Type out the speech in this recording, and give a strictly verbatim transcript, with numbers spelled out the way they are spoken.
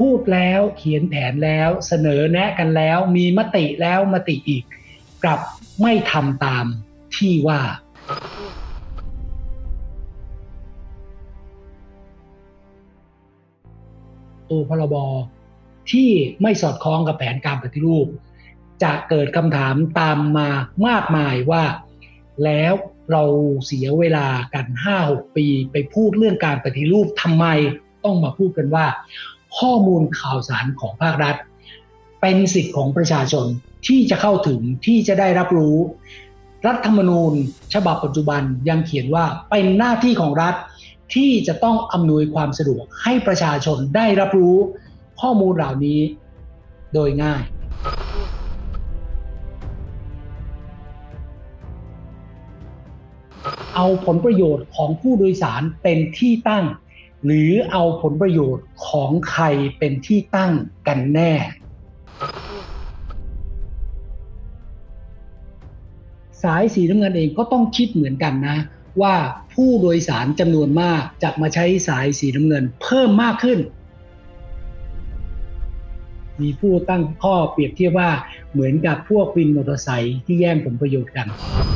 พูดแล้วเขียนแผนแล้วเสนอแนะกันแล้วมีมติแล้วมติอีกกลับไม่ทำตามที่ว่าตัวพรบที่ไม่สอดคล้องกับแผนการปฏิรูปจะเกิดคำถามตามมามากมายว่าแล้วเราเสียเวลากัน ห้าหก ปีไปพูดเรื่องการปฏิรูปทำไมต้องมาพูดกันว่าข้อมูลข่าวสารของภาครัฐเป็นสิทธิของประชาชนที่จะเข้าถึงที่จะได้รับรู้รัฐธรรมนูญฉบับปัจจุบันยังเขียนว่าเป็นหน้าที่ของรัฐที่จะต้องอำนวยความสะดวกให้ประชาชนได้รับรู้ข้อมูลเหล่านี้โดยง่ายเอาผลประโยชน์ของผู้โดยสารเป็นที่ตั้งหรือเอาผลประโยชน์ของใครเป็นที่ตั้งกันแน่สายสีน้ำเงินเองก็ต้องคิดเหมือนกันนะว่าผู้โดยสารจำนวนมากจะมาใช้สายสีน้ำเงินเพิ่มมากขึ้นมีผู้ตั้งข้อเปรียบเทียบว่าเหมือนกับพวกวินมอเตอร์ไซค์ที่แย่งผลประโยชน์กัน